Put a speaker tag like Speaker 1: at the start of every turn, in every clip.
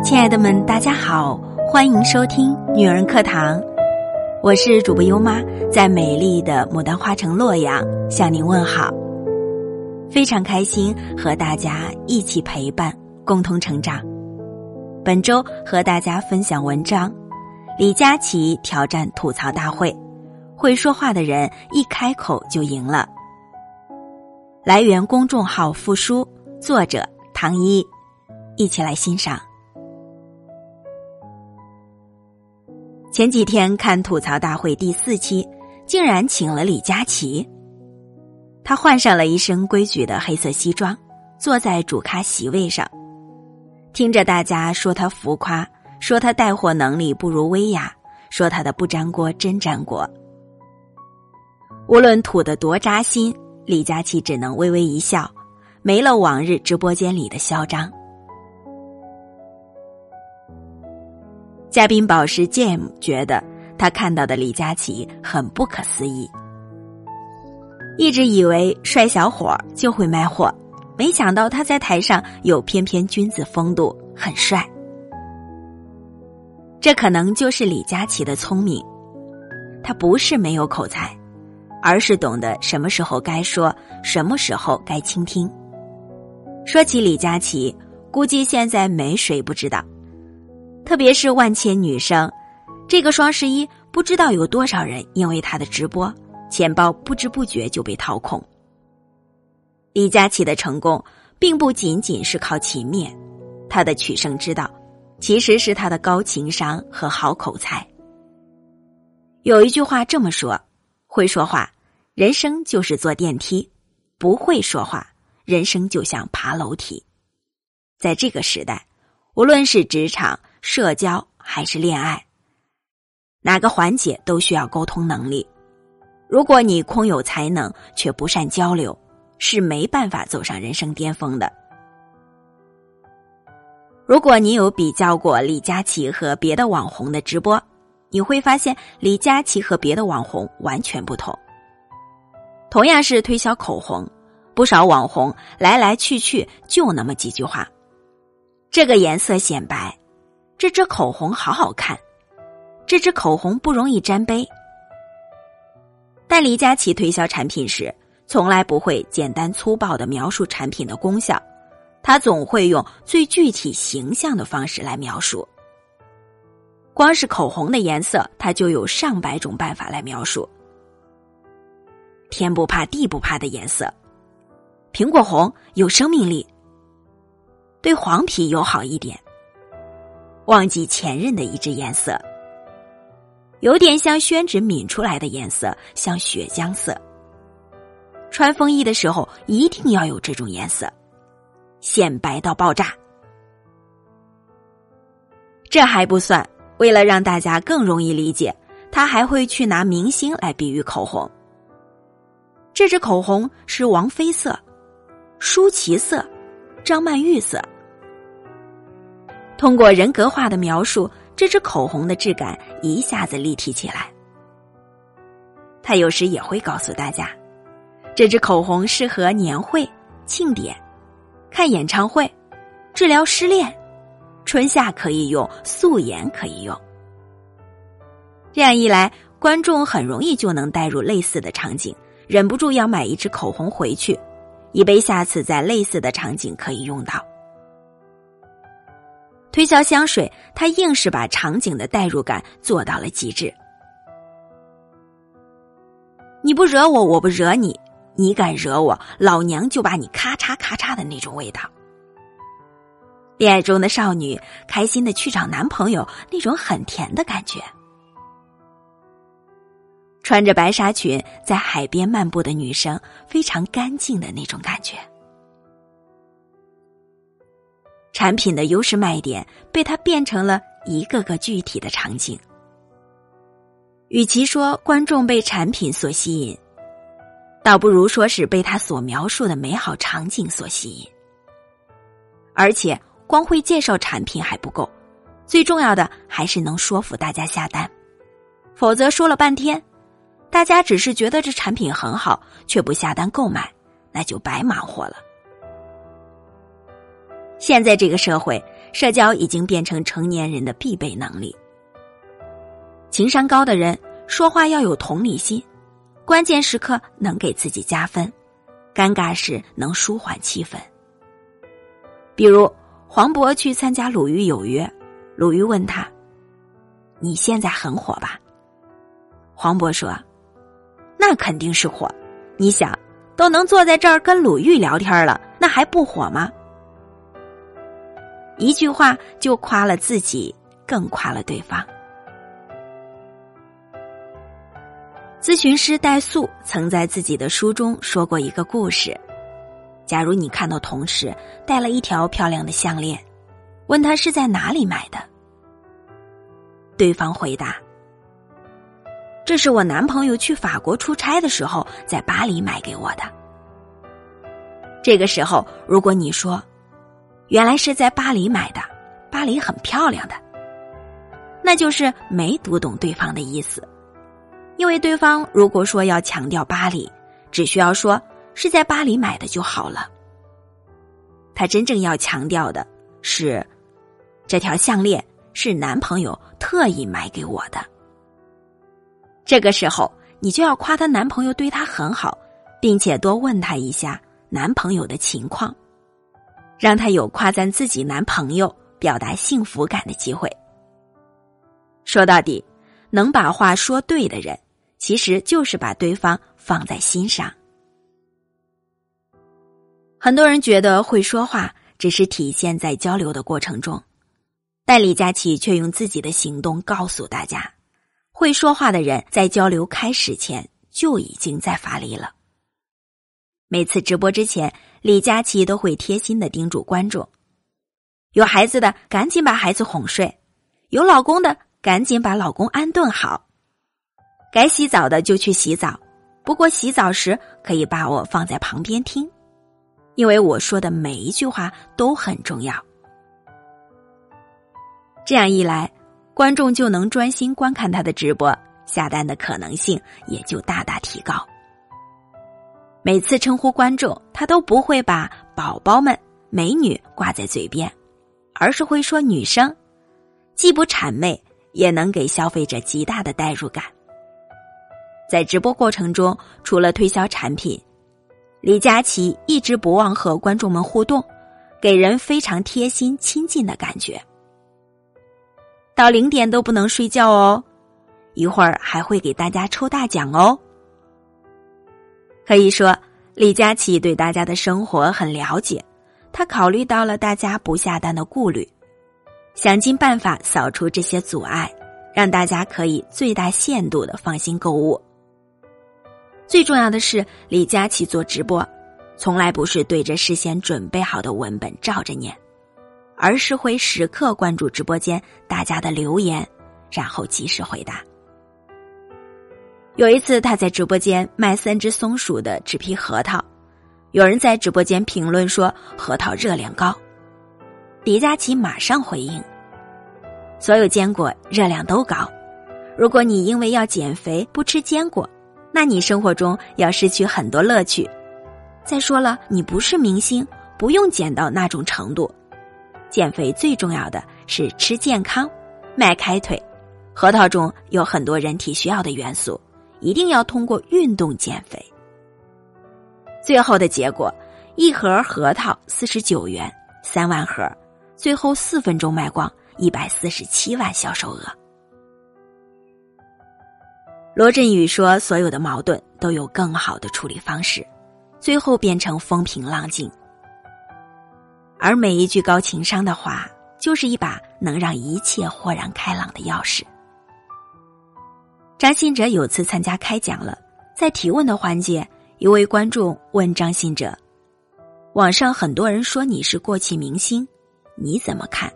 Speaker 1: 亲爱的们，大家好，欢迎收听女人课堂，我是主播优妈，在美丽的牡丹花城洛阳向您问好。非常开心和大家一起陪伴，共同成长。本周和大家分享文章，李佳琦挑战吐槽大会，会说话的人一开口就赢了。来源公众号复书，作者唐一，一起来欣赏。前几天看吐槽大会第4期，竟然请了李佳琦。他换上了一身规矩的黑色西装，坐在主咖席位上，听着大家说他浮夸，说他带货能力不如薇娅，说他的不粘锅真粘锅。无论吐得多扎心，李佳琦只能微微一笑，没了往日直播间里的嚣张。嘉宾宝石 Jam 觉得他看到的李佳琦很不可思议，一直以为帅小伙就会卖货，没想到他在台上有翩翩君子风度，很帅。这可能就是李佳琦的聪明，他不是没有口才，而是懂得什么时候该说，什么时候该倾听。说起李佳琦，估计现在没谁不知道，特别是万千女生，这个双11不知道有多少人因为他的直播，钱包不知不觉就被掏空。李佳琦的成功并不仅仅是靠勤勉，他的取胜之道其实是他的高情商和好口才。有一句话这么说，会说话，人生就是坐电梯；不会说话，人生就像爬楼梯。在这个时代，无论是职场、社交还是恋爱，哪个环节都需要沟通能力。如果你空有才能却不善交流，是没办法走上人生巅峰的。如果你有比较过李佳琦和别的网红的直播，你会发现李佳琦和别的网红完全不同。同样是推销口红，不少网红来来去去就那么几句话：这个颜色显白，这支口红好好看，这支口红不容易沾杯。但李佳琦推销产品时，从来不会简单粗暴地描述产品的功效，他总会用最具体形象的方式来描述。光是口红的颜色，他就有上百种办法来描述。天不怕地不怕的颜色，苹果红有生命力，对黄皮友好一点，忘记前任的一支颜色，有点像宣纸抿出来的颜色，像血浆色，穿风衣的时候一定要有这种颜色，显白到爆炸。这还不算，为了让大家更容易理解，他还会去拿明星来比喻口红。这支口红是王菲色、舒淇色、张曼玉色。通过人格化的描述，这支口红的质感一下子立体起来。他有时也会告诉大家，这支口红适合年会、庆典、看演唱会、治疗失恋，春夏可以用，素颜可以用。这样一来，观众很容易就能带入类似的场景，忍不住要买一支口红回去，以备下次在类似的场景可以用到。推销香水，他硬是把场景的代入感做到了极致。你不惹我，我不惹你，你敢惹我，老娘就把你咔嚓咔嚓的那种味道。恋爱中的少女开心的去找男朋友，那种很甜的感觉。穿着白纱裙在海边漫步的女生，非常干净的那种感觉。产品的优势卖点被他变成了一个个具体的场景。与其说观众被产品所吸引，倒不如说是被他所描述的美好场景所吸引。而且光会介绍产品还不够，最重要的还是能说服大家下单。否则说了半天，大家只是觉得这产品很好，却不下单购买，那就白忙活了。 现在这个社会，社交已经变成成年人的必备能力。情商高的人说话要有同理心，关键时刻能给自己加分，尴尬时能舒缓气氛。比如黄渤去参加鲁豫有约，鲁豫问他：你现在很火吧？黄渤说：那肯定是火，你想都能坐在这儿跟鲁豫聊天了，那还不火吗？一句话就夸了自己，更夸了对方。咨询师戴素曾在自己的书中说过一个故事。假如你看到同事戴了一条漂亮的项链，问他是在哪里买的，对方回答：这是我男朋友去法国出差的时候在巴黎买给我的。这个时候如果你说原来是在巴黎买的，巴黎很漂亮的，那就是没读懂对方的意思。因为对方如果说要强调巴黎，只需要说是在巴黎买的就好了。他真正要强调的是，这条项链是男朋友特意买给我的。这个时候你就要夸她男朋友对她很好，并且多问她一下男朋友的情况，让她有夸赞自己男朋友表达幸福感的机会。说到底，能把话说对的人，其实就是把对方放在心上。很多人觉得会说话只是体现在交流的过程中，但李佳琦却用自己的行动告诉大家，会说话的人在交流开始前就已经在发力了。每次直播之前，李佳琦都会贴心地叮嘱观众，有孩子的赶紧把孩子哄睡，有老公的赶紧把老公安顿好，该洗澡的就去洗澡，不过洗澡时可以把我放在旁边听，因为我说的每一句话都很重要。这样一来，观众就能专心观看他的直播，下单的可能性也就大大提高。每次称呼观众，他都不会把宝宝们、美女挂在嘴边，而是会说女生，既不谄媚，也能给消费者极大的代入感。在直播过程中，除了推销产品，李佳琦一直不忘和观众们互动，给人非常贴心亲近的感觉。到0点都不能睡觉哦，一会儿还会给大家抽大奖哦。可以说，李佳琦对大家的生活很了解，他考虑到了大家不下单的顾虑，想尽办法扫除这些阻碍，让大家可以最大限度的放心购物。最重要的是，李佳琦做直播从来不是对着事先准备好的文本照着念，而是会时刻关注直播间大家的留言，然后及时回答。有一次他在直播间卖3只松鼠的纸皮核桃，有人在直播间评论说核桃热量高，李佳琦马上回应，所有坚果热量都高，如果你因为要减肥不吃坚果，那你生活中要失去很多乐趣。再说了，你不是明星，不用减到那种程度，减肥最重要的是吃健康，迈开腿，核桃中有很多人体需要的元素，一定要通过运动减肥。最后的结果，一盒核桃49元，3万盒，最后4分钟卖光，147万销售额。罗振宇说，所有的矛盾都有更好的处理方式，最后变成风平浪静。而每一句高情商的话，就是一把能让一切豁然开朗的钥匙。张信哲有次参加开讲了，在提问的环节，一位观众问张信哲，网上很多人说你是过气明星，你怎么看？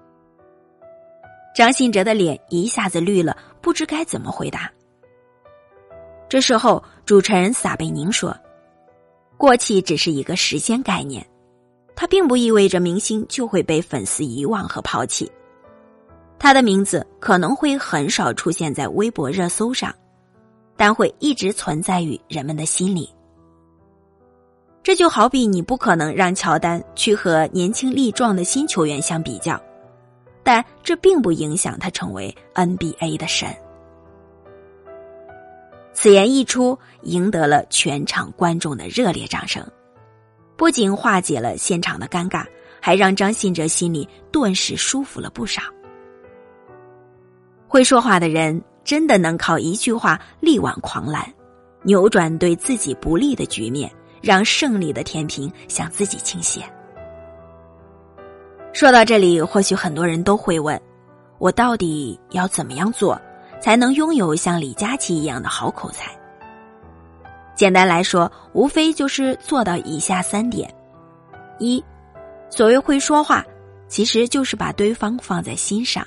Speaker 1: 张信哲的脸一下子绿了，不知该怎么回答。这时候主持人撒贝宁说，过气只是一个时间概念，它并不意味着明星就会被粉丝遗忘和抛弃，他的名字可能会很少出现在微博热搜上，但会一直存在于人们的心里。 这就好比你不可能让乔丹去和年轻力壮的新球员相比较，但这并不影响他成为 NBA 的神。此言一出，赢得了全场观众的热烈掌声，不仅化解了现场的尴尬，还让张信哲心里顿时舒服了不少。会说话的人真的能靠一句话力挽狂澜，扭转对自己不利的局面，让胜利的天平向自己倾斜。说到这里，或许很多人都会问，我到底要怎么样做才能拥有像李佳琦一样的好口才？简单来说，无非就是做到以下3点。一，所谓会说话，其实就是把对方放在心上。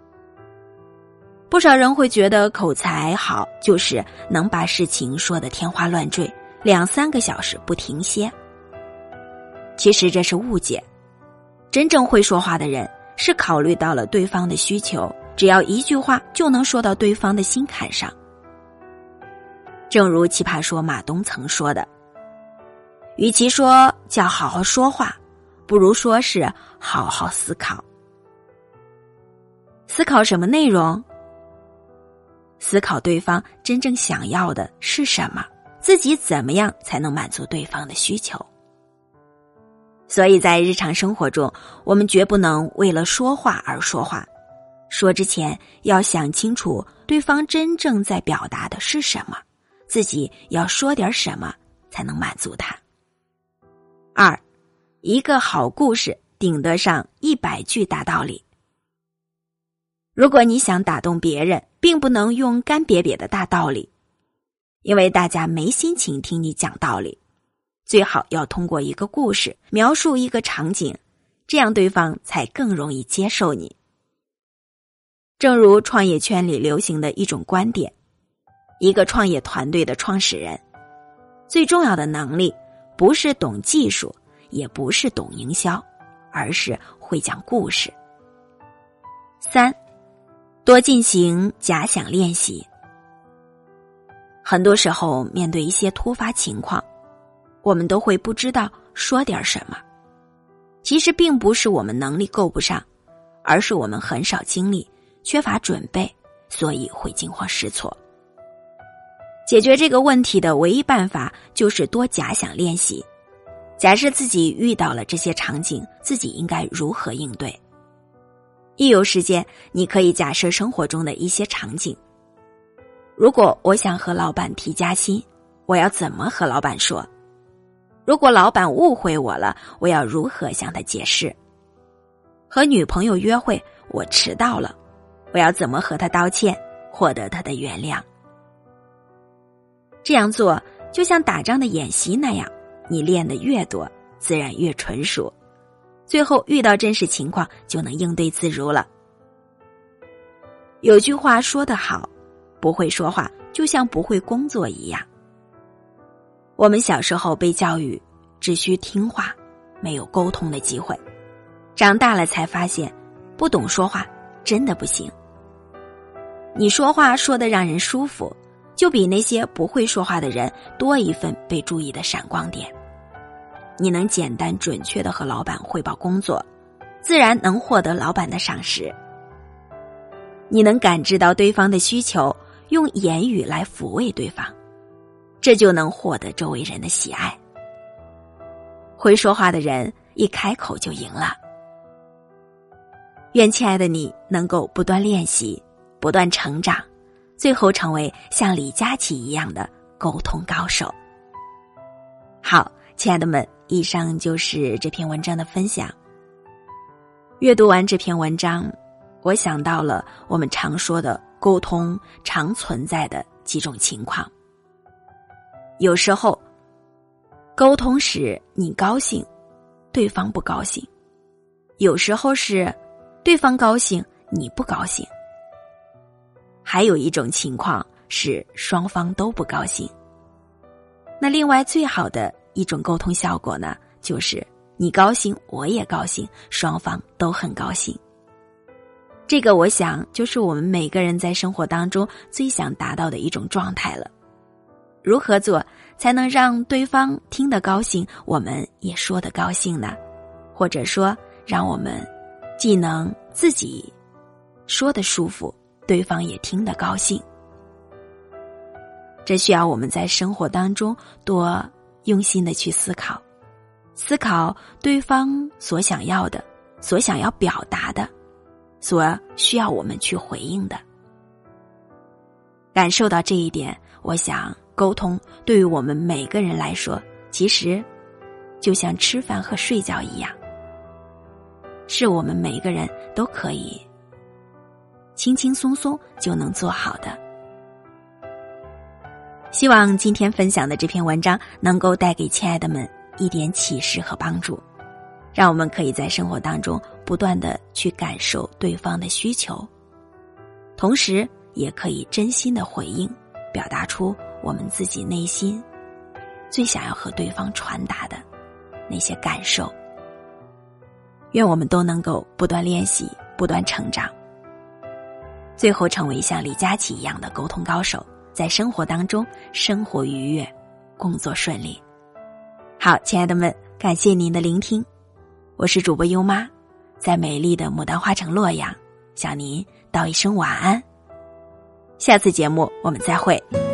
Speaker 1: 不少人会觉得口才好就是能把事情说得天花乱坠，2-3个小时不停歇。其实这是误解，真正会说话的人是考虑到了对方的需求，只要一句话就能说到对方的心坎上。正如奇葩说马东曾说的，与其说叫好好说话，不如说是好好思考。思考什么内容？思考对方真正想要的是什么，自己怎么样才能满足对方的需求。所以在日常生活中，我们绝不能为了说话而说话，说之前要想清楚对方真正在表达的是什么，自己要说点什么才能满足他。2，一个好故事顶得上100句大道理。如果你想打动别人，并不能用干瘪瘪的大道理，因为大家没心情听你讲道理。最好要通过一个故事描述一个场景，这样对方才更容易接受你。正如创业圈里流行的一种观点，一个创业团队的创始人，最重要的能力不是懂技术，也不是懂营销，而是会讲故事。3，多进行假想练习。很多时候面对一些突发情况，我们都会不知道说点什么。其实并不是我们能力够不上，而是我们很少经历，缺乏准备，所以会惊慌失措。解决这个问题的唯一办法就是多假想练习。假设自己遇到了这些场景，自己应该如何应对？一有时间，你可以假设生活中的一些场景。如果我想和老板提加薪，我要怎么和老板说？如果老板误会我了，我要如何向他解释？和女朋友约会，我迟到了，我要怎么和他道歉，获得他的原谅？这样做就像打仗的演习那样，你练得越多，自然越纯熟，最后遇到真实情况就能应对自如了。有句话说得好，不会说话就像不会工作一样。我们小时候被教育只需听话，没有沟通的机会，长大了才发现不懂说话真的不行。你说话说得让人舒服，就比那些不会说话的人多一份被注意的闪光点。你能简单准确地和老板汇报工作，自然能获得老板的赏识。你能感知到对方的需求，用言语来抚慰对方，这就能获得周围人的喜爱。会说话的人一开口就赢了。愿亲爱的你能够不断练习，不断成长，最后成为像李佳琦一样的沟通高手。好，亲爱的们，以上就是这篇文章的分享。阅读完这篇文章，我想到了我们常说的沟通常存在的几种情况。有时候沟通时你高兴，对方不高兴；有时候是对方高兴，你不高兴；还有一种情况是双方都不高兴。那另外最好的一种沟通效果呢，就是你高兴我也高兴，双方都很高兴。这个我想就是我们每个人在生活当中最想达到的一种状态了。 如何做才能让对方听得高兴，我们也说得高兴呢？或者说，让我们既能自己说得舒服，对方也听得高兴。这需要我们在生活当中多用心的去思考，思考对方所想要的，所想要表达的，所需要我们去回应的。感受到这一点，我想沟通对于我们每个人来说，其实就像吃饭和睡觉一样，是我们每个人都可以轻轻松松就能做好的。希望今天分享的这篇文章能够带给亲爱的们一点启示和帮助，让我们可以在生活当中不断地去感受对方的需求，同时也可以真心的回应，表达出我们自己内心最想要和对方传达的那些感受。愿我们都能够不断练习，不断成长，最后成为像李佳琦一样的沟通高手，在生活当中生活愉悦，工作顺利。好，亲爱的们，感谢您的聆听，我是主播优妈，在美丽的牡丹花城洛阳向您道一声晚安。下次节目我们再会。